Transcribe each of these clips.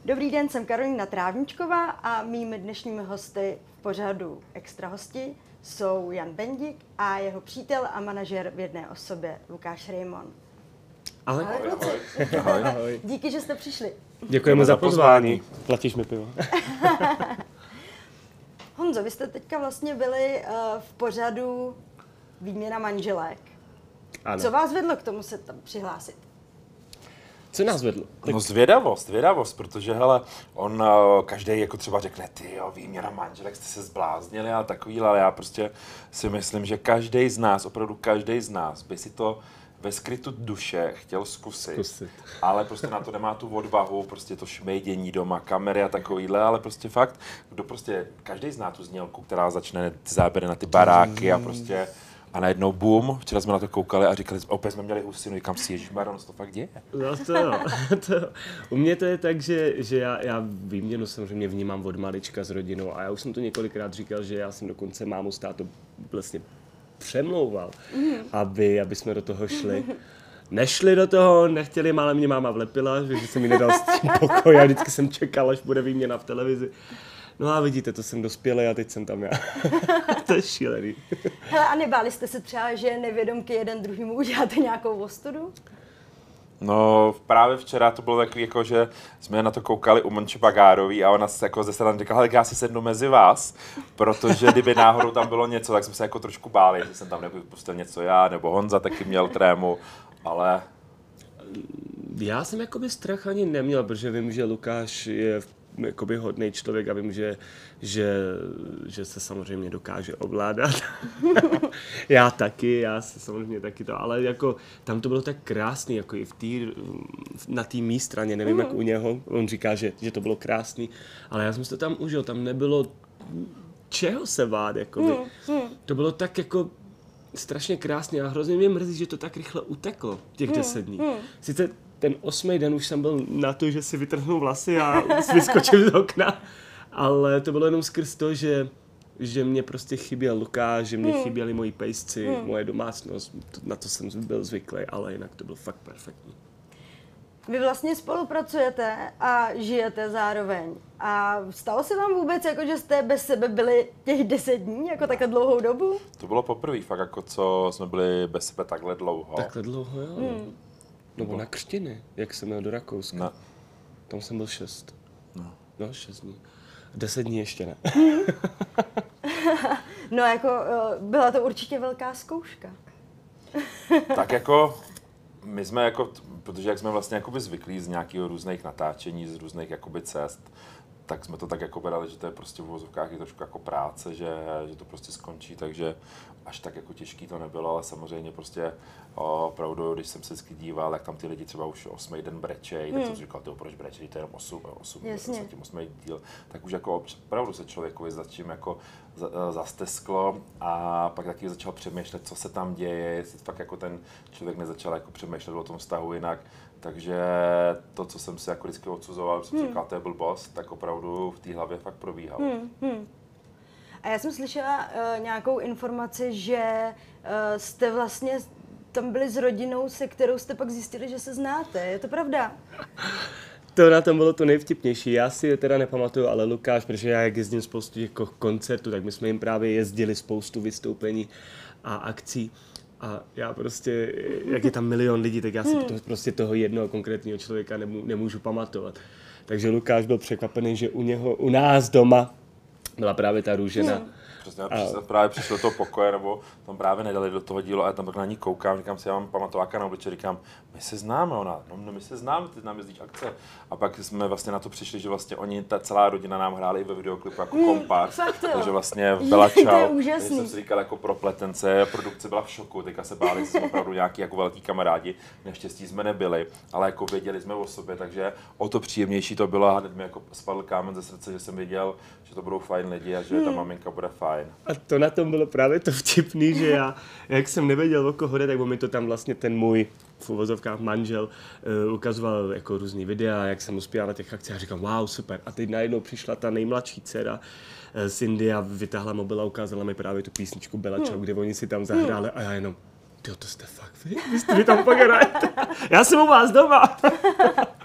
Dobrý den, jsem Karolína Trávničková a mými dnešními hosty v pořadu Extra hosti jsou Jan Bendik a jeho přítel a manažer v jedné osobě Lukáš Rejmon. Ahoj. Ahoj. Ahoj. Díky, že jste přišli. Děkujeme za pozvání. Platíš mi pivo. Honzo, vy jste teďka vlastně byli v pořadu Výměna manželek. Ano. Co vás vedlo k tomu se tam přihlásit? Co nás vedlo? No zvědavost, protože hele, on každý jako třeba řekne, ty jo, výměna manželek, jste se zbláznili a takový, ale já prostě si myslím, že každý z nás, opravdu každý z nás by si to ve skrytu duše chtěl zkusit. Ale prostě na to nemá tu odvahu, prostě to šmejdění doma, kamery a takovýhle, ale prostě fakt, kdo prostě, každý zná tu znělku, která začne ty záběry na ty baráky a prostě a najednou boom, včera jsme na to koukali a říkali, opět jsme měli husinu, říkám si, ježišmarja, ono se to fakt děje. No to jo. U mě to je tak, že já výměnu samozřejmě vnímám od malička s rodinou a já už jsem to několikrát říkal, že já jsem dokonce mámu s tátou vlastně přemlouval, aby jsme do toho šli. Nešli do toho, nechtěli, ale mě máma vlepila, že jsem jí nedal s tím pokoj a vždycky jsem čekal, až bude výměna v televizi. No a vidíte, to jsem dospělý a teď jsem tam já. To je šílený. Hele, a nebáli jste se třeba, že nevědomky jeden druhýmu uděláte nějakou ostudu? No právě včera to bylo takový, jako, že jsme na to koukali u Monči Bagárový a ona se jako ze strany říkala, tak já si sednu mezi vás, protože kdyby náhodou tam bylo něco, tak jsme se jako trošku báli, že jsem tam nepustil něco já, nebo Honza taky měl trému, ale... Já jsem jakoby strach ani neměl, protože vím, že Lukáš je jakoby hodnej člověk a vím, že se samozřejmě dokáže ovládat. Já taky, já se samozřejmě taky to, ale jako tam to bylo tak krásný, jako i na té mý straně, nevím jak u něho, on říká, že to bylo krásný, ale já jsem si to tam užil, tam nebylo čeho se bát, jakoby. To bylo tak jako strašně krásný a hrozně mě mrzí, že to tak rychle uteklo, těch 10 dní. Sice ten 8. den už jsem byl na to, že si vytrhnu vlasy a vyskočím z okna, ale to bylo jenom skrz to, že mě prostě chyběl Lukáš, že mě chyběli moji pejsci, moje domácnost, na to jsem byl zvyklý, ale jinak to bylo fakt perfektní. Vy vlastně spolupracujete a žijete zároveň. A stalo se vám vůbec, jako, že jste bez sebe byli těch 10 dní, jako takhle dlouhou dobu? To bylo poprvé fakt, jako co jsme byli bez sebe takhle dlouho. Takhle dlouho, jo. Nebo na křtiny, jak jsem měl do Rakouska. No. Tam jsem byl 6. No, 6 dní. 10 dní ještě ne. No jako byla to určitě velká zkouška. Tak jako my jsme jako, protože jak jsme vlastně jakoby zvyklí z nějakého různých natáčení, z různých jakoby cest, tak jsme to tak jako brali, že to je prostě v uvozovkách je trošku jako práce, že to prostě skončí, takže až tak jako těžký to nebylo, ale samozřejmě prostě opravdu, když jsem se vždycky díval, jak tam ty lidi třeba už 8. den brečej, tak jsem si říkal, proč brečej, to je jenom 8 díl, tak už jako opravdu se člověkovi začím jako zastesklo a pak taky začal přemýšlet, co se tam děje, jestli fakt jako ten člověk nezačal jako přemýšlet o tom vztahu jinak. Takže to, co jsem si jako vždycky odsuzoval, jsem říkal, to je blbost, tak opravdu v té hlavě fakt probíhalo. A já jsem slyšela nějakou informaci, že jste vlastně tam byli s rodinou, se kterou jste pak zjistili, že se znáte. Je to pravda? To na tom bylo to nejvtipnější. Já si je teda nepamatuju, ale Lukáš, protože já jak jezdím spoustu jako koncertů, tak my jsme jim právě jezdili spoustu vystoupení a akcí. A já prostě, jak je tam milion lidí, tak já si prostě toho jednoho konkrétního člověka nemůžu pamatovat. Takže Lukáš byl překvapený, že u nás doma byla právě ta Růžena. Přesně, právě přišlo do toho pokoje, nebo tam právě nedali do toho dílu a já tam tak na ní koukám, říkám si, já mám pamatováka na obličeji, říkám, my se známe, ona, no my se známe, ty nám jezdíš akce. A pak jsme vlastně na to přišli, že vlastně oni, ta celá rodina nám hráli i ve videoklipu jako kompart, takže vlastně Bela Čau, jsem si říkal jako propletence, produkce byla v šoku, teďka se báli, že jsme opravdu nějaký jako velký kamarádi, naštěstí jsme nebyli, ale jako věděli jsme o sobě, takže o to příjemnější to bylo a hned mi jako spadl kámen ze srdce, že jsem věděl, že to budou fajn lidi a že ta maminka bude fajn. A to na tom bylo právě to vtipný, že já, jak jsem nevěděl, o koho jde, tak mi to tam vlastně ten můj v uvozovkách manžel ukazoval jako různý videa, jak jsem uspěl na těch akcích a říkám, wow, super. A teď najednou přišla ta nejmladší dcera Cindy a vytáhla mobil a ukázala mi právě tu písničku Bela Čau, kde oni si tam zahráli a já jenom, tyjo, to jste fakt vy? Vy tam pak hrajete? Já jsem u vás doma.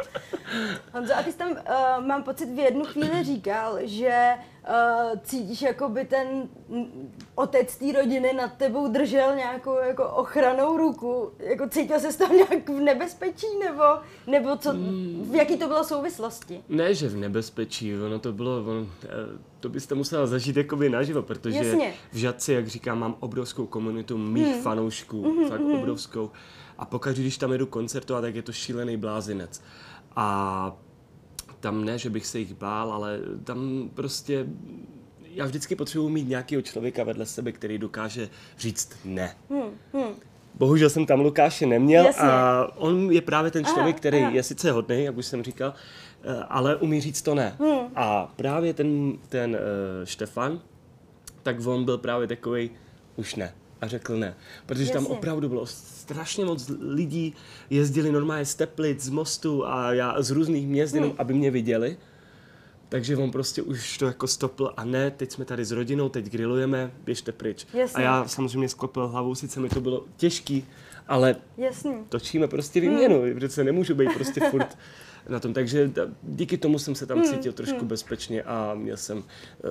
Honzo, a ty jsi tam, mám pocit, v jednu chvíli říkal, že cítíš, jakoby ten otec té rodiny nad tebou držel nějakou jako ochranou ruku. Jako cítil jsi tam nějak v nebezpečí, nebo co, v jaký to bylo souvislosti? Ne, že v nebezpečí, ono to bylo, to byste musela zažít jakoby naživo, protože Jasně. v Žadci, jak říkám, mám obrovskou komunitu mých fanoušků, fakt obrovskou. A pokaždé, když tam jedu koncertovat, tak je to šílený blázinec. A tam ne, že bych se jich bál, ale tam prostě já vždycky potřebuji mít nějakého člověka vedle sebe, který dokáže říct ne. Bohužel jsem tam Lukáše neměl. Jasně. A on je právě ten člověk, který je sice hodnej, jak už jsem říkal, ale umí říct to ne. A právě ten Štefan, tak on byl právě takovej, už ne. A řekl ne. Protože tam opravdu bylo strašně moc lidí, jezdili normálně z Teplic, z Mostu a já z různých měst, jenom aby mě viděli. Takže on prostě už to jako stopl a ne, teď jsme tady s rodinou, teď grillujeme, běžte pryč. Jasně. A já samozřejmě sklopil hlavou, sice mi to bylo těžký, ale Jasně. točíme prostě výměnu, protože nemůžu být prostě furt na tom. Takže díky tomu jsem se tam cítil trošku bezpečně a měl jsem...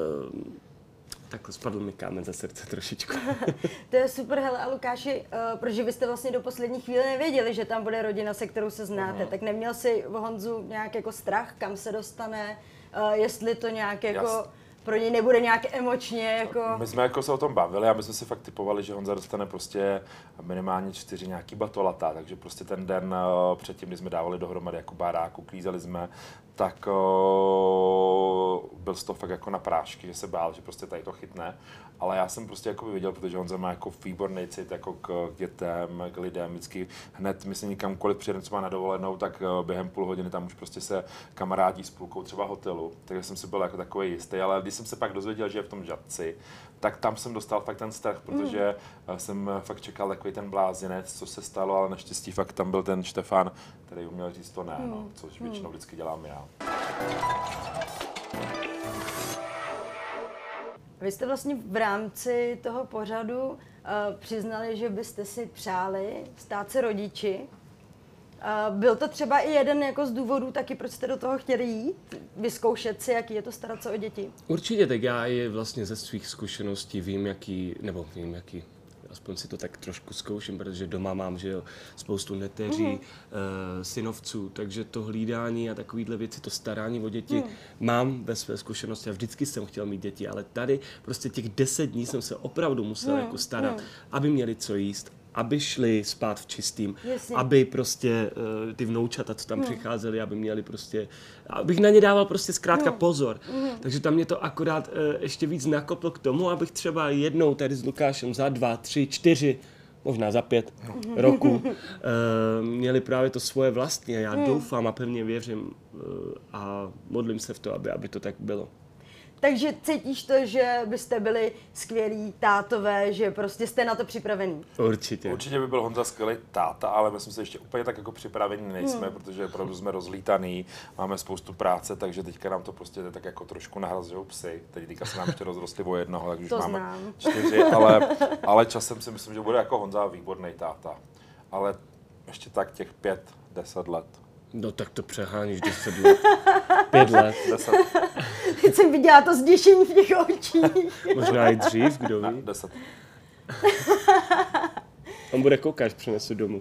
Takhle spadl mi kámen ze srdce trošičku. To je super, hele, a Lukáši, protože vy jste vlastně do poslední chvíle nevěděli, že tam bude rodina, se kterou se znáte, tak neměl jsi o Honzu nějak jako strach, kam se dostane, jestli to nějak jako pro něj nebude nějak emočně jako... My jsme jako se o tom bavili a my jsme si fakt typovali, že Honza dostane prostě minimálně 4 nějaký batolata, takže prostě ten den předtím, kdy jsme dávali dohromady jako baráku, klízeli jsme, tak byl z toho fakt jako na prášky, že se bál, že prostě tady to chytne. Ale já jsem prostě jako viděl, protože Honza má jako výborný cit jako k dětem, k lidem, vždycky hned, myslím, kamkoliv přijede třeba na dovolenou, tak během půl hodiny tam už prostě se kamarádí s půlkou třeba hotelu, takže jsem si byl jako takový jistý, ale když jsem se pak dozvěděl, že je v tom Žadci, tak tam jsem dostal fakt ten strach, protože jsem fakt čekal takový ten blázinec, co se stalo, ale naštěstí fakt tam byl ten Štefan, který uměl říct to ne, no, což většinou vždycky dělám já. Vy jste vlastně v rámci toho pořadu přiznali, že byste si přáli stát se rodiči. Byl to třeba i jeden jako z důvodů taky, proč jste do toho chtěli jít? Vyzkoušet si, jaký je to starat se o děti? Určitě, tak já i vlastně ze svých zkušeností vím, jaký, aspoň si to tak trošku zkouším, protože doma mám, že jo, spoustu neteří, synovců, takže to hlídání a takovýhle věci, to starání o děti mám ve své zkušenosti a vždycky jsem chtěl mít děti, ale tady prostě těch 10 dní jsem se opravdu musel jako starat, aby měli co jíst, aby šli spát v čistým, aby prostě ty vnoučata, co tam přicházeli, aby měli prostě, abych na ně dával prostě zkrátka pozor. Takže tam mě to akorát ještě víc nakoplo k tomu, abych třeba jednou tady s Lukášem za 2, 3, 4, možná za 5 roků měli právě to svoje vlastní a já doufám a pevně věřím a modlím se v to, aby to tak bylo. Takže cítíš to, že byste byli skvělí tátové, že prostě jste na to připravený? Určitě. Určitě by byl Honza skvělý táta, ale my jsme se ještě úplně tak jako připravení nejsme, protože opravdu jsme rozlítaný, máme spoustu práce, takže teďka nám to prostě tak jako trošku nahrazují psy. Teďka se nám ještě rozrostli o jednoho, takže už To máme znám. 4, ale časem si myslím, že bude jako Honza výborný táta. Ale ještě tak těch 5-10 let. No tak to přeháníš 10 let, 5 let. 10. Teď jsem viděla to zděšení v těch očích. Možná i dřív, kdo ví. 10. On bude koukat, až přinesu domů.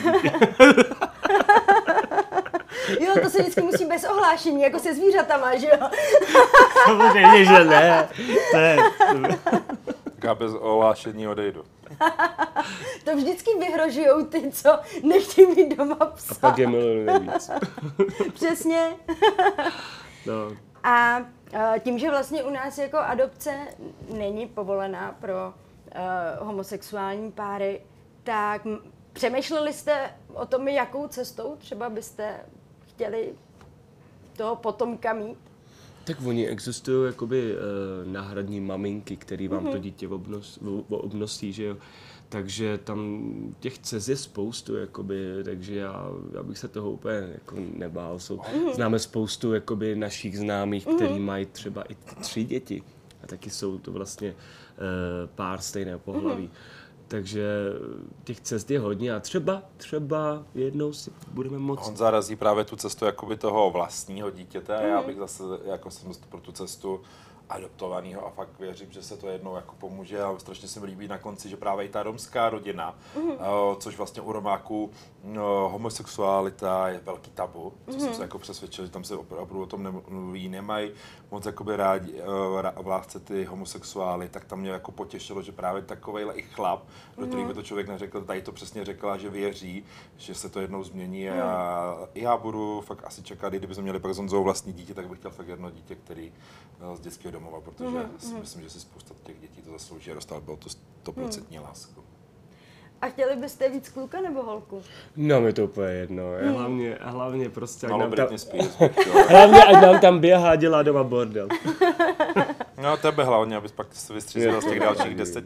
Jo, to se vždycky musí bez ohlášení, jako se zvířatama, že jo? Samozřejmě, že ne. Tak já bez ohlášení odejdu. To vždycky vyhrožujou ty, co nechtějí mít doma psa. A pak je miluju nejvíc. Přesně. No. A tím, že vlastně u nás jako adopce není povolená pro homosexuální páry, tak přemýšleli jste o tom, jakou cestou třeba byste chtěli toho potomka mít? Tak oni existují jakoby náhradní maminky, který vám to dítě obnosí, že jo. Takže tam těch cest je spoustu, jakoby, takže já bych se toho úplně jako nebál. Známe spoustu jakoby, našich známých, kteří mají třeba i 3 děti. A taky jsou to vlastně pár stejného pohlaví. Takže těch cest je hodně a třeba jednou si budeme moct. On zarazí právě tu cestu jakoby toho vlastního dítěte a já bych zase jako jsem pro tu cestu adoptovaného a fakt věřím, že se to jednou jako pomůže a strašně se mi líbí na konci, že právě i ta romská rodina, což vlastně u Romáků homosexualita je velký tabu, co jsem se jako přesvědčil, že tam se opravdu o tom nemluví, nemají moc jakoby rádi v lásce ty homosexuály, tak tam mě jako potěšilo, že právě takovejhle i chlap, do kterých by to člověk neřekl, tady to přesně řekla, že věří, že se to jednou změní a já budu fakt asi čekat, kdybychom měli pak s Honzou vlastní dítě, tak bych chtěl fakt jedno dítě, který z dětského domova, protože si myslím, že si spousta těch dětí to zaslouží a dostal bylo to 100% lásku. A chtěli byste víc kluka nebo holku? No, mi to úplně jedno. Hlavně prostě... Malo Britney Spears. Hlavně, ať nám tam běhá a dělá doma bordel. No, tebe hlavně, abys pak se vystřízl z těch dalších 10.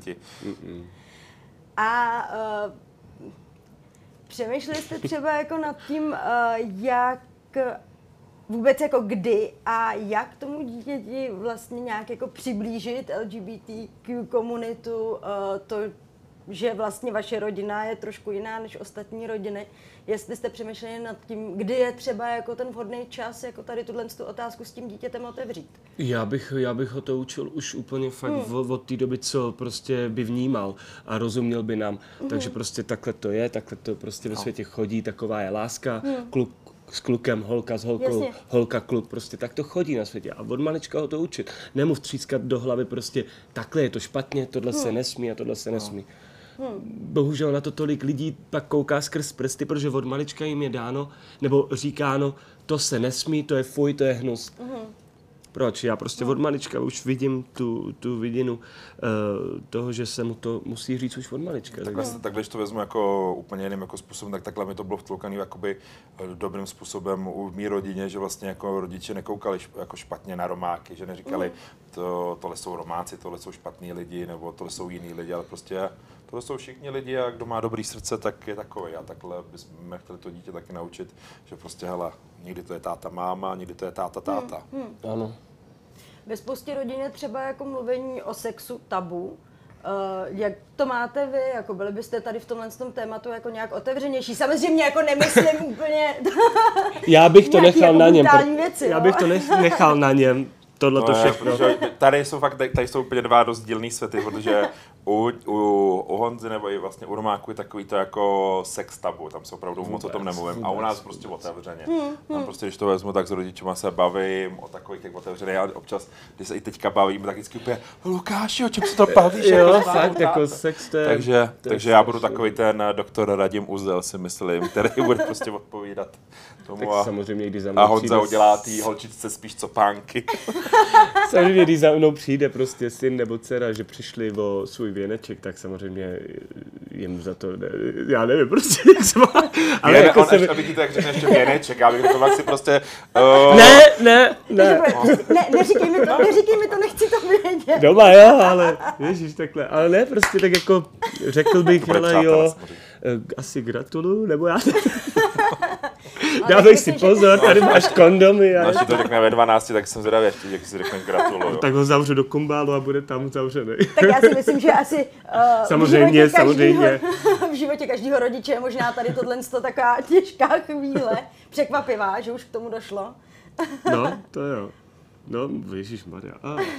A přemýšleli jste třeba jako nad tím, jak vůbec jako kdy a jak tomu dítěti vlastně nějak jako přiblížit LGBTQ komunitu, to, že vlastně vaše rodina je trošku jiná než ostatní rodiny. Jestli jste přemýšleli nad tím, kdy je třeba jako ten vhodný čas, jako tady tu otázku s tím dítětem otevřít? Já bych ho to učil už úplně fakt od té doby, co prostě by vnímal a rozuměl by nám. Takže prostě takhle to je, takhle to prostě ve světě chodí, taková je láska, kluk s klukem, holka s holkou, jasně. Holka, kluk, prostě tak to chodí na světě. A od malička ho to učit. Nemův třískat do hlavy prostě takhle je to špatně, tohle se nesmí a tohle se nesmí. Bohužel na to tolik lidí pak kouká skrz prsty, protože od malička jim je dáno, nebo říkáno, to se nesmí, to je fuj, to je hnus. Proč? Já prostě od malička už vidím tu vidinu toho, že se mu to musí říct už od malička. Takhle, když to vezmu jako úplně jiným jako způsobem, tak takhle mi to bylo vtloukaný jakoby dobrým způsobem u mý rodině, že vlastně jako rodiče nekoukali jako špatně na Romáky, že neříkali, tohle jsou Romáci, tohle jsou špatní lidi, nebo tohle jsou jiní lidi, ale prostě tohle jsou všichni lidi a kdo má dobrý srdce, tak je takový. A takhle bychom chtěli to dítě taky naučit, že prostě hele, někdy to je táta máma, někdy to je táta. Ano. Ve spoustě rodin je třeba jako mluvení o sexu tabu. Jak to máte vy? Jako byli byste tady v tomhle tématu jako nějak otevřenější? Samozřejmě jako nemyslím úplně Já bych to nechal na něm. Věci, já bych to nechal na něm. Tohle to všechno. Tady jsou úplně dva rozdílný světy, protože u Honzy nebo i vlastně u Romáku je takový to jako sex tabu, tam se opravdu moc o tom nemluvím. A u nás prostě otevřeně. Tam prostě, když to vezmu, tak s rodičima se bavím o takových těch otevřených, ale občas, když se i teďka bavím, tak vždycky úplně Lukáši, o čem se to bavíš? Jo, fakt, jako sex to je... Takže já budu takový ten doktor Radim Uzel, si myslím, který bude prostě odpovídat tomu a Honza udělá tý holčičce spíš copánky. Samozřejmě, když za mnou přijde prostě syn nebo dcera, že přišli o svůj věneček, tak samozřejmě jim za to, já nevím, prostě jak se má. Ale jako on vidíte, jak řekne ještě věneček, já bych řekl, si prostě... Ne. Neříkej mi to, nechci to vědět. Doma jo, ale ježiš, takhle, ale ne, prostě tak jako řekl bych, hele jo, asi gratuluju, nebo já dávej si pozor, tady máš kondomy. Až to řekne ve 12, tak jsem zvědavý, jak si řekne gratuluju. Tak ho zavřu do kumbálu a bude tam zavřený. Tak já si myslím, že asi samozřejmě. V životě každého rodiče je možná tady tohle taková těžká chvíle, překvapivá, že už k tomu došlo. No, to jo. No, ježišmarja.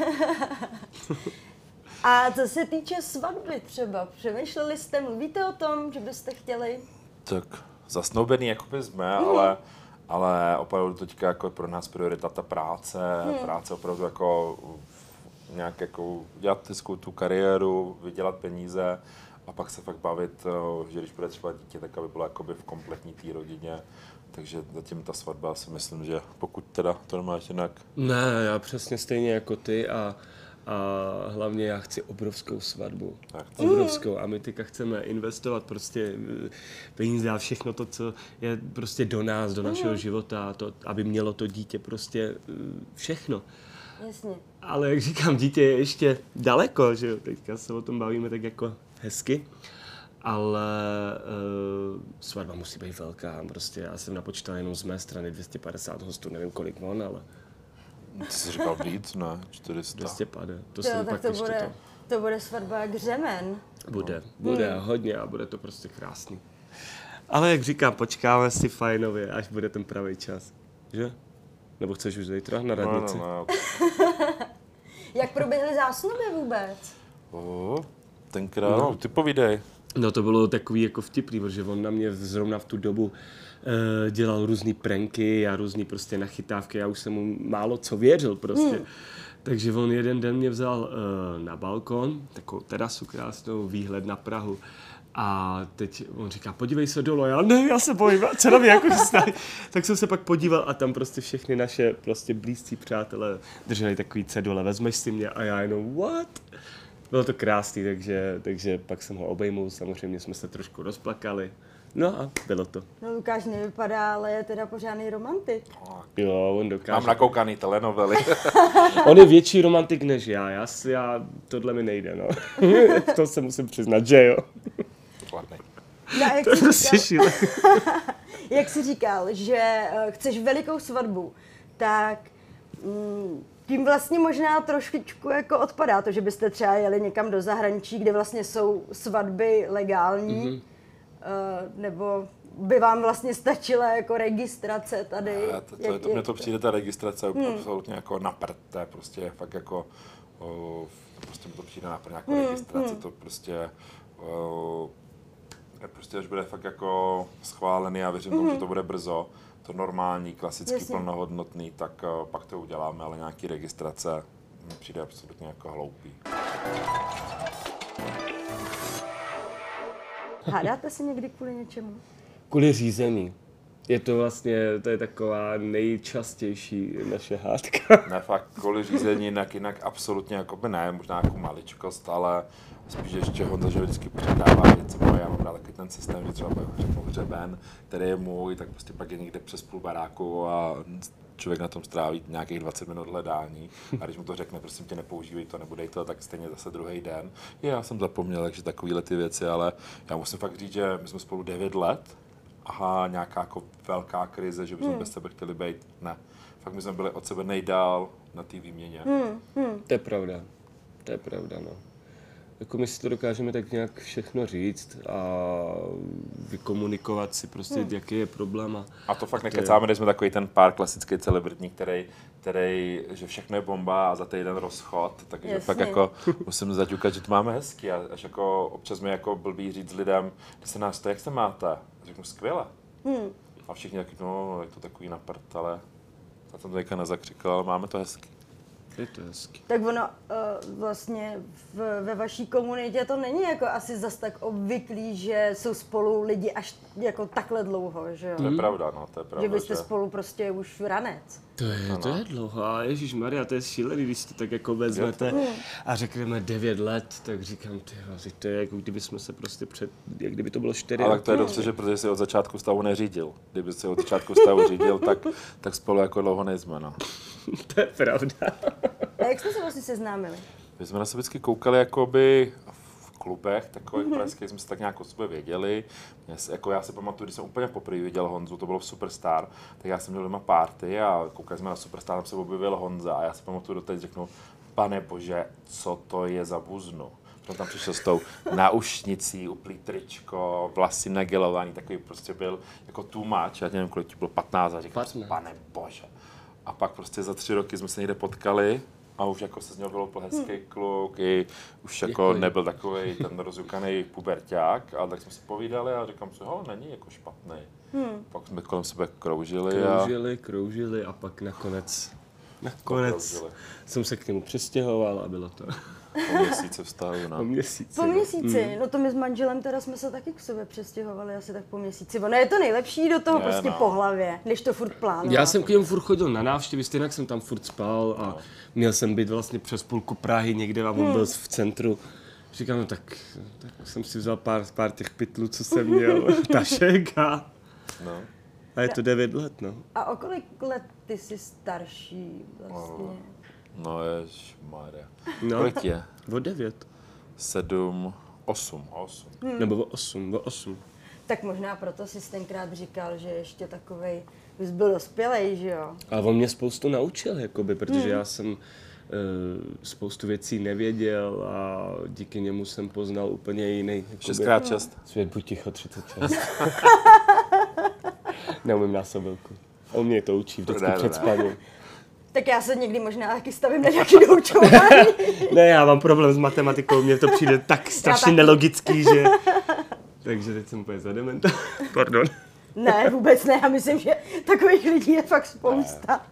A co se týče svatby třeba, přemýšleli jste, mluvíte o tom, že byste chtěli? Tak zasnoubený jakoby jsme, ale opravdu teďka jako pro nás priorita ta práce, práce opravdu jako nějak jako dělat tu kariéru, vydělat peníze a pak se fakt bavit, že když bude třeba dítě, tak aby bylo jakoby v kompletní té rodině. Takže zatím ta svatba si myslím, že pokud teda to nemáš jinak. Ne, já přesně stejně jako ty a hlavně já chci obrovskou svatbu. Obrovskou. A my teďka chceme investovat prostě peníze a všechno to, co je prostě do nás, do našeho života, to, aby mělo to dítě prostě všechno. Jasně. Ale jak říkám, dítě je ještě daleko, že jo, teďka se o tom bavíme tak jako hezky. Ale svatba musí být velká, prostě já jsem napočítal jenom z mé strany 250 hostů, nevím kolik on, ale... Ty jsi říkal víc, ne? 400. 250, to jo, jsem tak pak to ještě bude, To bude svatba jak řemen. Bude hodně a bude to prostě krásný. Ale jak říkám, počkáme si fajnově, až bude ten pravý čas. Že? Nebo chceš už zítra na radnici? No. Jak proběhly zásnuby vůbec? Tenkrát, ty povídej. No to bylo takový jako vtipný, protože on na mě zrovna v tu dobu dělal různý pranky a různý prostě nachytávky, já už jsem mu málo co věřil prostě. Takže on jeden den mě vzal na balkon, takovou terasu krásnou, výhled na Prahu. A teď on říká, podívej se dolů, já se bojím, co na mě jako chystá. Tak jsem se pak podíval a tam prostě všechny naše prostě blízcí přátelé drželi takový cedule, vezmeš si mě a já jenom what? Bylo to krásný, takže pak jsem ho obejmul, samozřejmě jsme se trošku rozplakali. No a bylo to. No Lukáš nevypadá, ale je teda pořádný romantik. Jo, on dokáže. Mám nakoukaný telenovely. On je větší romantik než já, tohle mi nejde, no. To se musím přiznat, že jo. No, jak, To je jsi prostě říkal, šílený. jak jsi říkal, že chceš velikou svatbu, tak tím vlastně možná trošičku jako odpadá to, že byste třeba jeli někam do zahraničí, kde vlastně jsou svatby legální, nebo by vám vlastně stačila jako registrace tady. Mně to přijde ta registrace absolutně jako na prd, to je prostě fakt jako, prostě mi to přijde na prd, jako registrace, to prostě, až bude fakt jako schválený a věřím tomu, že to bude brzo, to normální, klasický, Jasně. plnohodnotný, tak pak to uděláme, ale nějaký registrace mi přijde absolutně jako hloupý. Hádáte se někdy kvůli něčemu? Kvůli řízení. To je taková nejčastější naše hádka. Ne, fakt kvůli řízení, jinak absolutně jako by ne, možná jako maličkost, ale spíš ještě Honza, že vždycky předává věci moje, já mám rád taky ten systém, že třeba řeknu hřeben, který je můj, tak prostě pak je někde přes půl baráku a člověk na tom stráví nějakých 20 minut hledání a když mu to řekne, prosím tě, nepoužívej to, nebudej to, tak stejně zase druhý den. Já jsem zapomněl, takže takovýhle ty věci, ale já musím fakt říct, že my jsme spolu 9 let, aha, nějaká jako velká krize, že bychom bez sebe chtěli být, ne. Fakt my jsme byli od sebe nejdál na té výměně. To je pravda, no. Jako my si to dokážeme tak nějak všechno říct a vykomunikovat si prostě, jaký je problém. A to fakt nekecáme, když jsme takový ten pár klasický celebritní, který, že všechno je bomba a za týden rozchod, takže Jasně. fakt jako musím zaťukat, že to máme hezky a až jako občas mi jako blbý říct lidem, když se nás to, jak se máte? A řeknu skvěle. A všichni taky, no, je to takový na prd, ale já jsem to teďka nezakřikl, ale máme to hezky. Je to hezky. Tak ono vlastně ve vaší komunitě to není jako asi zas tak obvyklý, že jsou spolu lidi až jako takhle dlouho, že jo? To je pravda, no, to je pravda. Že byste spolu prostě už ranec. To je dlouho, a ježišmarja, to je šílený, když to tak jako vezmete a řekneme 9 let, tak říkám, to je jako kdyby jsme se prostě jak kdyby to bylo 4 Ale roky. to je dobře, že protože jsi od začátku stavu neřídil. Kdyby si od začátku stavu řídil, tak spolu jako dlouho nejsme, no. To je pravda. A jak jste se vlastně seznámili? My jsme na sebe vždycky koukali jakoby v klubech takových pražských, jsme se tak nějak o sobě věděli. Já si pamatuju, když jsem úplně poprvé viděl Honzu, to bylo v Superstar, tak já jsem měl doma party a koukali jsme na Superstar, tam se objevil Honza a já si pamatuju doteď, řeknu, pane bože, co to je za buznu. On tam přišel s tou náušnicí, uplý tričko, vlasy nagelovaný, takový prostě byl jako too much, já nevím, kolik ti bylo 15 a říkal, pane bože. A pak prostě za 3 roky jsme se někde potkali a už jako se z něho byl hezký kluk, i už jako nebyl takový ten rozjukaný puberťák, ale tak jsme si povídali a říkám si, není jako špatný. Pak jsme kolem sebe kroužili a pak nakonec jsem se k němu přestěhoval a bylo to. Po měsíce vztahu, no. Po měsíci. Po měsíci, no to my s manželem teda jsme se taky k sobě přestěhovali asi tak po měsíci. Ono je to nejlepší do toho prostě po hlavě, než to furt plánovat. Já jsem k němu furt chodil na návštěvy, stejně jsem tam furt spal a měl jsem být vlastně přes půlku Prahy někde a on byl v centru. Říkám, no tak jsem si vzal pár těch pytlů, co jsem měl, tašek a je to 9 let, no. A o kolik let ty jsi starší vlastně? No ježmarja. No. Kolik ti je? O 9. 7, 8. Nebo o 8. Tak možná proto jsi tenkrát říkal, že ještě takovej, jsi byl dospělej, že jo? A on mě spoustu naučil, jakoby, protože já jsem spoustu věcí nevěděl a díky němu jsem poznal úplně jiný. 6x6. Svět buď ticho 36. Neumím násobilku. A u mě to učí vždycky před spaním. Tak já se někdy možná taky stavím na nějaký doučování. Ne, já mám problém s matematikou, mně to přijde tak strašně nelogický, že... Takže teď jsem úplně zadementa. Pardon. Ne, vůbec ne, já myslím, že takových lidí je fakt spousta.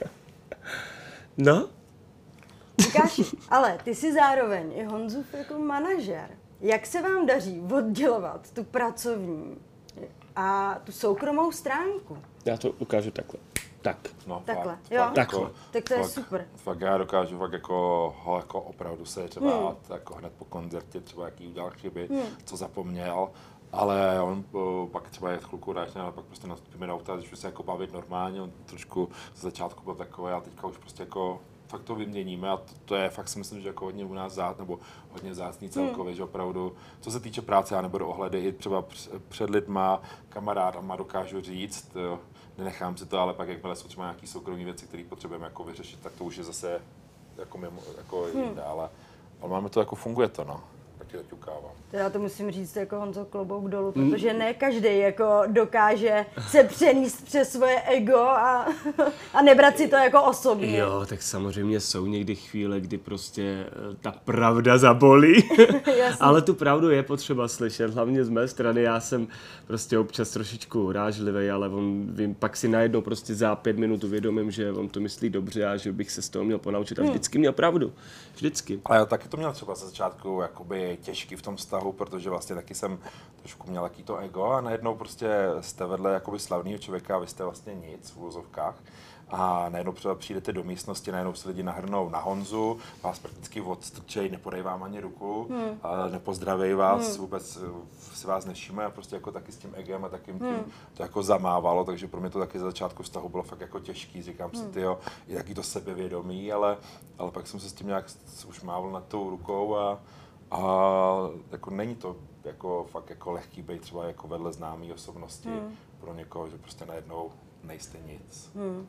No? Lukáši, ale ty jsi zároveň i Honzův jako manažer. Jak se vám daří oddělovat tu pracovní a tu soukromou stránku? Já to ukážu takhle. Tak. No, Takhle, fakt, jo? fakt Takhle. Tak to je super. Fakt já dokážu fakt jako ho jako opravdu se třeba jako hned po koncertě třeba jaký udělal chyby, co zapomněl. Ale on pak třeba je chvilku ráčně, ale pak prostě nastupíme na auta, začnu se jako bavit normálně, on trošku z začátku byl takový, a teďka už prostě jako fakt to vyměníme a to je fakt si myslím, že jako hodně u nás nebo hodně vzácný celkově, že opravdu, co se týče práce, já nebudu ohledy i třeba před lidma, kamarádama dokážu říct, jo, nenechám si to, ale pak jakmile jsou třeba nějaký soukromé věci, které potřebujeme jako vyřešit, tak to už je zase jako mimo, jako jinde, ale máme to, jako funguje to, no. Taky zaťukávám. Já to musím říct jako Honzo klobouk dolů, protože ne každý jako dokáže se přenést přes svoje ego a nebrat si to jako osobně. Jo, tak samozřejmě jsou někdy chvíle, kdy prostě ta pravda zabolí, ale tu pravdu je potřeba slyšet, hlavně z mé strany, já jsem prostě občas trošičku urážlivý, ale pak si najednou prostě za 5 minut uvědomím, že on to myslí dobře a že bych se z toho měl ponaučit a vždycky měl pravdu, vždycky. Ale já taky to měl třeba ze začátku jakoby těžký v tom vztahu, protože vlastně taky jsem trošku měl jaký to ego a najednou prostě jste vedle jakoby slavného člověka a vy jste vlastně nic v uvozovkách. A najednou třeba přijdete do místnosti, najednou se lidi nahrnou na Honzu, vás prakticky odstrčej, nepodají vám ani ruku, nepozdraví vás, vůbec si vás nevšimne a prostě jako taky s tím egem a takým tím to jako zamávalo, takže pro mě to taky za začátku vztahu bylo fakt jako těžký, říkám si, tyjo, je taky to sebevědomí, ale pak jsem se s tím nějak už mával nad tou rukou a jako není to jako fakt jako lehký být třeba jako vedle známý osobnosti pro někoho, že prostě najednou nejste nic.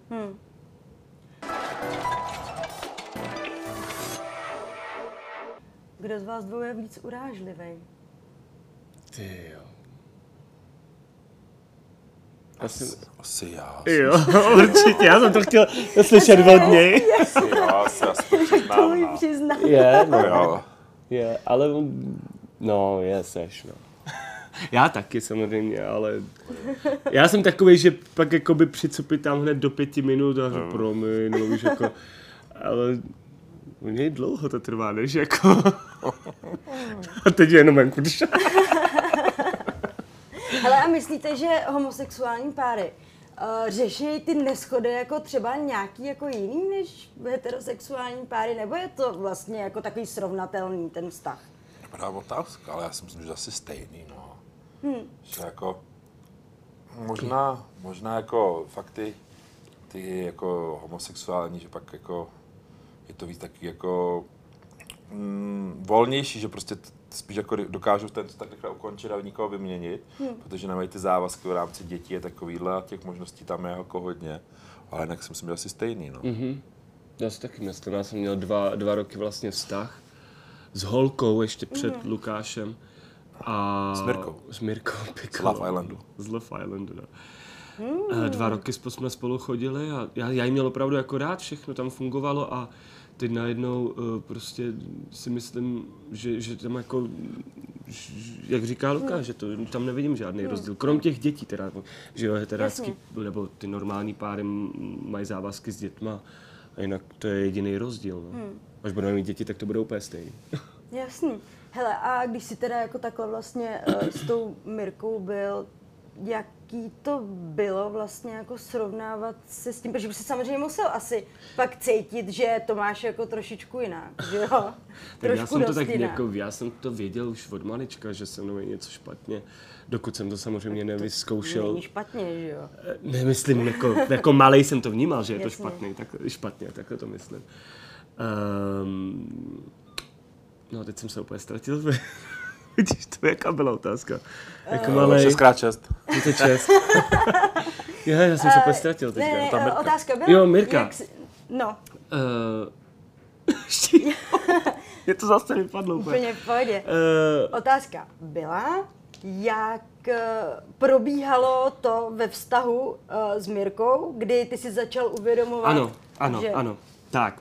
Kdo z vás dvou je víc urážlivý? Ty jo. Asi já. Jo, určitě, já jsem to chtěl slyšet od něj. Asi já, asi To přiznám. Je, no. Jo. Je, ale no, seš, no. Já taky samozřejmě, ale já jsem takovej, že pak jakoby přicupit tam hned do 5 minut a že promiň, no víš, jako, ale u něj dlouho to trvá, než jako, a teď je jenom venku. Hele, a myslíte, že homosexuální páry řeší ty neshody jako třeba nějaký jako jiný než heterosexuální páry, nebo je to vlastně jako takový srovnatelný ten vztah? Dobrá otázka, ale já si myslím, že asi stejný, no. Že jako, možná jako fakt ty jako homosexuální, že pak jako je to víc taky jako volnější, že prostě spíš jako dokážou ten tak rychle ukončit a nikoho vyměnit, protože nemají ty závazky v rámci dětí je takovýhle a těch možností tam je jako hodně, ale jinak si myslím, že asi stejný, no. Já si taky myslím, já jsem měl 2 roky vlastně vztah s holkou ještě před Lukášem. A s Mirkou Piccolo. Z Love Islandu. Z Love Islandu, no. 2 roky jsme spolu chodili a já jí měl opravdu jako rád, všechno tam fungovalo a teď najednou prostě si myslím, že tam jako, jak říká Lukáš, že tam nevidím žádný rozdíl, krom těch dětí teda, že jo, heterácký, nebo ty normální páry mají závazky s dětma a jinak to je jediný rozdíl, no. Až budeme mít děti, tak to bude úplně stejný. Jasný. Hele, a když jsi teda jako takhle vlastně s tou Mirkou byl, jaký to bylo vlastně jako srovnávat se s tím, protože by si samozřejmě musel asi pak cítit, že to máš jako trošičku jinak, že jo? Tak já jsem to tak jako, já jsem to věděl už od malička, že se mnou je něco špatně, dokud jsem to samozřejmě nevyzkoušel. Není špatně, že jo? Nemyslím, jako malej jsem to vnímal, že je to špatně, takhle to myslím. No, teď jsem se úplně ztratil. Vidíš to, jaká byla otázka? Jako malej. 6x6. 36. Já jsem se úplně ztratil teďka. Ne, otázka byla. Jo, Mirka. No. souští. Je to zase vypadlo Úplně v pohodě. Otázka byla, jak probíhalo to ve vztahu s Mirkou, kdy ty si začal uvědomovat, Ano. Tak.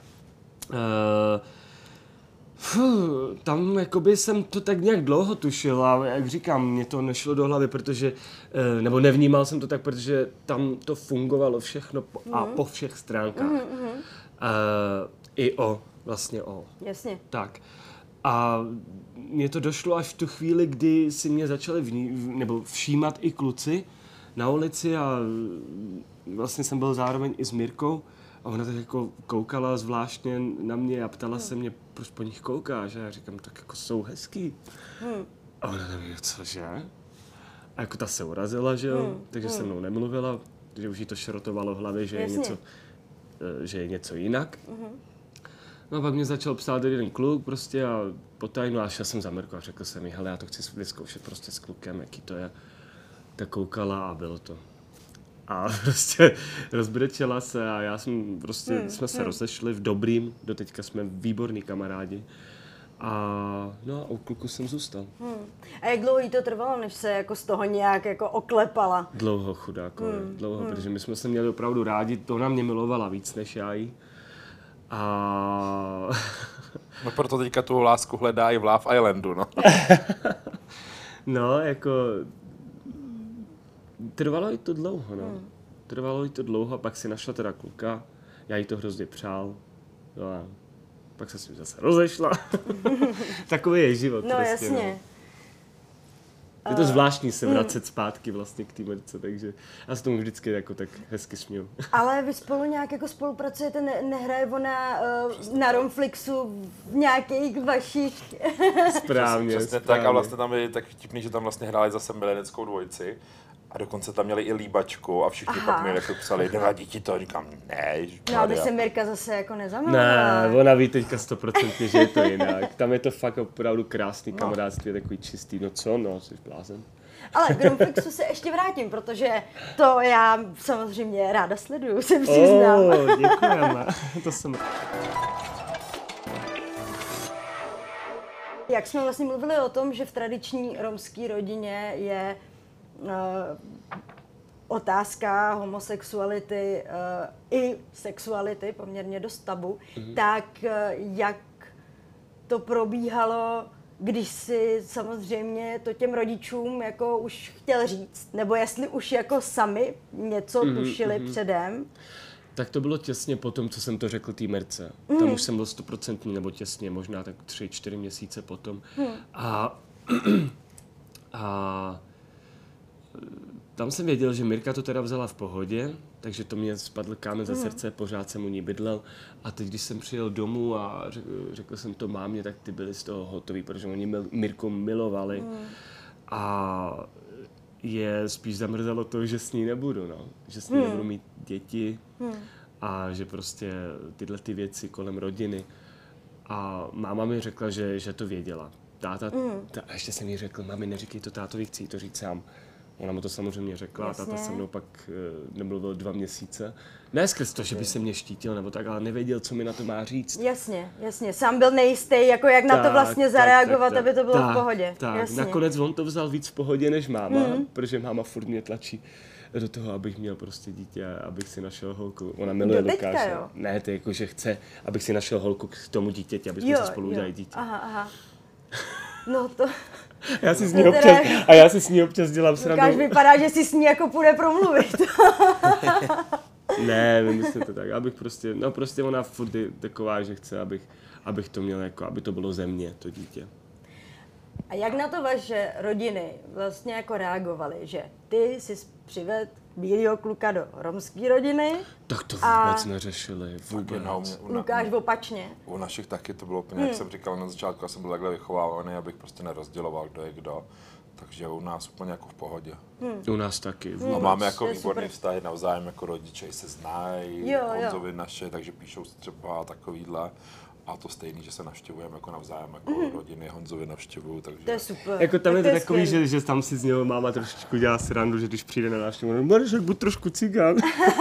Tam jakoby jsem to tak nějak dlouho tušil a jak říkám, mě to nešlo do hlavy, protože, nebo nevnímal jsem to tak, protože tam to fungovalo všechno a po všech stránkách. I vlastně o. Jasně. Tak. A mně to došlo až v tu chvíli, kdy si mě začali všímat i kluci na ulici a vlastně jsem byl zároveň i s Mirkou a ona tak jako koukala zvláštně na mě a ptala se mě, proč po nich koukáš? A já říkám, tak jako jsou hezký. A ona tam je, cože? A jako ta se urazila, že jo? Takže se mnou nemluvila, že už jí to šrotovalo v hlavě, že je něco jinak. No a pak mě začal psát jeden kluk prostě a potajnu a šel jsem za Mirkou a řekl jsem jí, hele, já to chci vyzkoušet prostě s klukem, jaký to je. Tak koukala a bylo to. A prostě rozbrečela se a já jsem prostě, jsme se rozešli v dobrým, doteďka jsme výborní kamarádi. A u kluku jsem zůstal. A jak dlouho jí to trvalo, než se jako z toho nějak jako oklepala? Dlouho, chudákovi, protože my jsme se měli opravdu rádi, to ona mě milovala víc než já jí. A... No proto teďka tu lásku hledá i v Love Islandu, no. No, jako... Trvalo jí to dlouho, no. Trvalo jí to dlouho, pak si našla teda kluka, já jí to hrozně přál. No a pak se s ním zase rozešla. Takový je život. No prostě, jasně. No. Je to zvláštní se vracet zpátky vlastně k té Mirce, takže já se tomu vždycky jako tak hezky směju. Ale vy spolu nějak jako spolupracujete, nehraje ona na Romflixu v nějakých vašich... Správně. Tak a vlastně tam je tak vtipný, že tam vlastně hráli zase mileneckou dvojici. A dokonce tam měli i líbačku a všichni pak mi jako psali, nevadí ti to, říkám, ne. No, aby se Mirka zase jako nezamilovala. Ne, ona ví teďka 100%, že je to jinak. Tam je to fakt opravdu krásný kamarádství, takový čistý, jsi blázen. Ale k Romflixu se ještě vrátím, protože to já samozřejmě ráda sleduju, se přiznám. Děkujeme, to jsem... Jak jsme vlastně mluvili o tom, že v tradiční romské rodině je otázka homosexuality i sexuality poměrně dost tabu, tak jak to probíhalo, když si samozřejmě to těm rodičům jako už chtěl říct, nebo jestli už jako sami něco tušili předem? Tak to bylo těsně po tom, co jsem to řekl té Mirce. Tam už jsem byl 100% nebo těsně, možná tak 3-4 měsíce potom. A tam jsem věděl, že Mirka to teda vzala v pohodě, takže to mě spadl kámen ze srdce, pořád jsem u ní bydlel. A teď, když jsem přijel domů a řekl jsem to mámě, tak ty byli z toho hotoví, protože oni Mirku milovali. A je spíš zamrzelo to, že s ní nebudu, no. Že s ní nebudu mít děti a že prostě tyhle ty věci kolem rodiny. A máma mi řekla, že to věděla. A ještě jsem jí řekl, mami, neříkej to tátovi, chci to říct sám. Ona mu to samozřejmě řekla, a táta se mnou pak nemluvil 2 měsíce. Ne skrz to, že by se mě štítil nebo tak, ale nevěděl, co mi na to má říct. Jasně. Sám byl nejistý, jako jak na to vlastně zareagovat, aby to bylo v pohodě. Tak, jasně. Nakonec on to vzal víc v pohodě než máma, protože máma furt mě tlačí do toho, abych měl prostě dítě, abych si našel holku. Ona miluje Lukáše. Jo? Ne, to je jako, že chce, abych si našel holku k tomu dítěti, aby jsme si spolu udělali dítě. Aha. No to... Já si s ní občas dělám srandu. Lukáš vypadá, že si s ní jako půjde promluvit. Ne, myslím to tak, abych prostě ona furt je taková, že chce, abych to měl jako, aby to bylo ze mě, to dítě. A jak na to vaše rodiny vlastně jako reagovaly, že ty jsi přivedl bílýho kluka do romské rodiny? Tak to vůbec neřešili, vůbec. Lukáš opačně. U našich taky to bylo úplně, jak jsem říkal na začátku, já jsem byl takhle vychovávaný, abych prostě nerozděloval, kdo je kdo. Takže u nás úplně jako v pohodě. U nás taky. A máme jako výborný vztahy navzájem, jako rodiče se znají, Honzovi naše, takže píšou si třeba takovýhle. A to stejný, že se navštěvujeme jako navzájem, jako rodiny Honzovi navštěvuju, takže... To je super. Jako tam Tak je to takový, skvělý. že tam si z něho máma trošičku dělá srandu, že když přijde na návštěvu, Marešek, buď trošku cigán.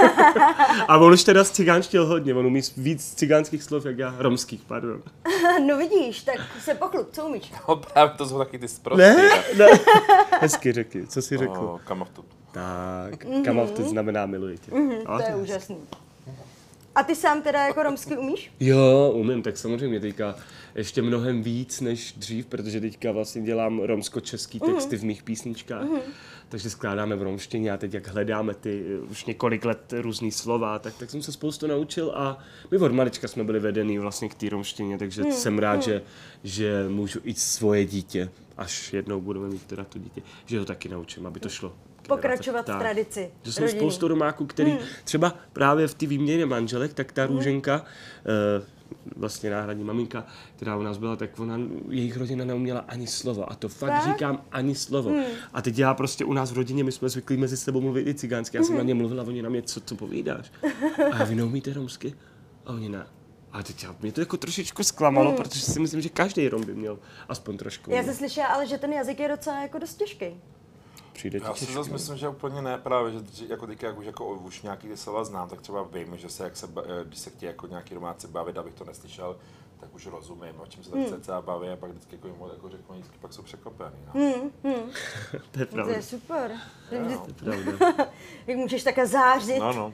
A on už teda cigánštil hodně, on umí víc cigánských slov, jak já, romských, pardon. No vidíš, tak se pochlup, co umíš? No právě to jsou taky ty sprostý. Ne. Hezky řekni, co jsi řekl? No, kamaftu. Tak, kamaftu znamená miluji tě. To je úžasný. A ty sám teda jako romsky umíš? Jo, umím, tak samozřejmě teďka ještě mnohem víc než dřív, protože teďka vlastně dělám romsko-český texty v mých písničkách. Takže skládáme v romštině a teď jak hledáme ty už několik let různý slova, tak jsem se spoustu naučil a my od malička jsme byli vedený vlastně k té romštině, takže jsem rád, že můžu i svoje dítě, až jednou budeme mít teda to dítě, že ho taky naučím, aby to šlo. Pokračovat v tradici. Že jsou rodinný. spoustu Romáků, který třeba právě v té výměně manželek, tak ta Růženka, vlastně náhradní maminka, která u nás byla, tak jejich rodina neuměla ani slovo. A to fakt říkám ani slovo. A teď já prostě u nás v rodině, my jsme zvyklí mezi sebou mluvit i cigánsky. Já jsem na ně mluvila, oni na mě, co povídáš? A vy neumíte romsky? A oni ne. A teď mě to jako trošičku zklamalo, protože si myslím, že každý Rom by měl aspoň trošku. Já jsem slyšela, ale že ten jazyk je docela jako dost těžký. Přijde ti Já si těžký. zase myslím, že úplně ne, právě, že jako teďka, jak už, jako, už nějaký ty slova znám, tak třeba vím, že se, když se chtějí jako nějaký Romáci bavit, abych to neslyšel, tak už rozumím, o čem se tak cca baví a pak vždycky jako řeknu vždycky, pak jsou překvapený. No. To je To pravda. je super. To je pravda. Jak můžeš také zářit. No.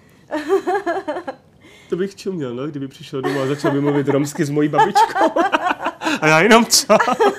To bych čuměl, no, kdyby přišel domů a začal by mluvit romsky s mojí babičkou. A já jenom co?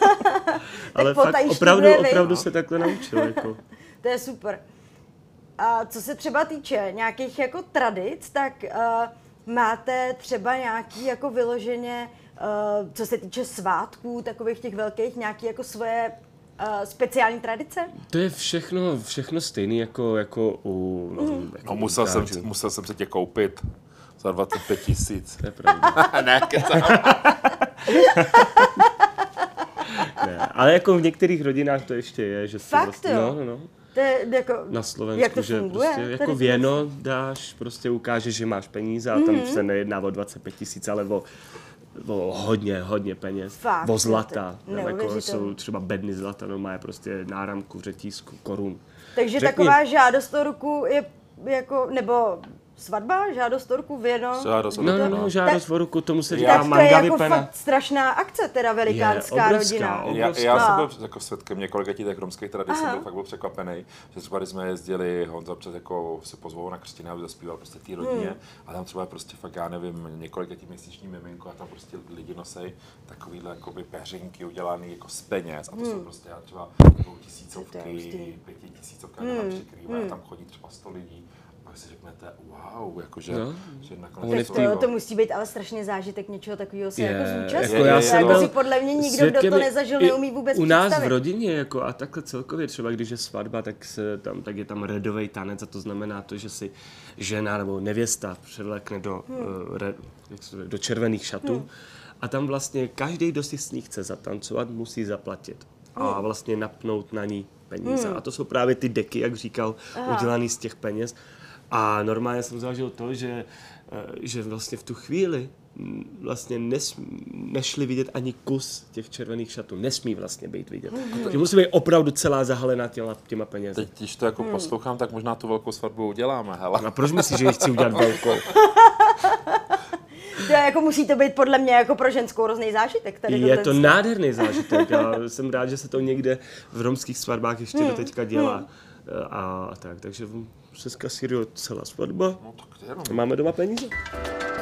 Ale fakt potají opravdu štíhle, se takhle naučil. Jako. To je super. A co se třeba týče nějakých jako tradic, tak máte třeba nějaký jako vyloženě, co se týče svátků, takových těch velkých, nějaký jako svoje speciální tradice? To je všechno stejný jako u... No musel jsem se tě koupit za 25 000. To je pravda. Ne, kecám. Ne, ale jako v některých rodinách to ještě je, že si Fakt vlastně, jo? no. To je jako, Na Slovensku, jak to že funguje? prostě jako Tady věno dáš, prostě ukážeš, že máš peníze a tam se nejedná o 25 000, ale o hodně peněz. Fakt, o zlata. to je Tam jako neuvěřitelné. jsou třeba bedny zlata, no má prostě náramku, řetízku, korun. Takže Řekni. taková žádost o ruku je jako, nebo svatba, žádost o ruku, věno. Žádost o No, žádost o ruku, tomu se říká Tak to je mangavi jako pena. fakt strašná akce, teda velikánská rodina. Já jsem byl jako svědkem několika těch romských tradic, jsem byl fakt byl překvapený, že třeba když jsme jezdili, Honza před jako se pozvou na křtiny, aby zaspíval prostě té rodině a tam třeba prostě fakt, já nevím, několikaměsíční miminko a tam prostě lidi nosej takovýhle jakoby peřinky udělaný jako z peněz a to jsou prostě třeba 2000, 5000 na přikrývá a tam chodí třeba 100 lidí. Pak si řeknete, wow, jakože že nakonec To musí být ale strašně zážitek něčeho takového se jako zúčastnit. Jako já jsem jako byl si podle mě nikdo, kdo to svědkem nezažil, i neumí vůbec u nás představit. v rodině jako a takhle celkově třeba, když je svatba, tak je tam redový tanec a to znamená to, že si žena nebo nevěsta převlékne do červených šatů a tam vlastně každý, kdo si s ní chce zatancovat, musí zaplatit a vlastně napnout na ní peníze. A to jsou právě ty deky, jak říkal, udělaný z těch peněz. A normálně jsem zažil to, že vlastně v tu chvíli vlastně nešli vidět ani kus těch červených šatů. Nesmí vlastně být vidět. Že musí být opravdu celá zahalená těma penězi. Teď, když to jako poslouchám, tak možná tu velkou svatbu uděláme, hele. A proč myslíš, že ji chci udělat velkou? To jako musí to být podle mě jako pro ženskou hrozný zážitek. Tady Je to nádherný zážitek. Já jsem rád, že se to někde v romských svatbách ještě do teďka dělá. A tak, takže se zkasíruje celá svatba. No, tak jenom. Máme doma peníze.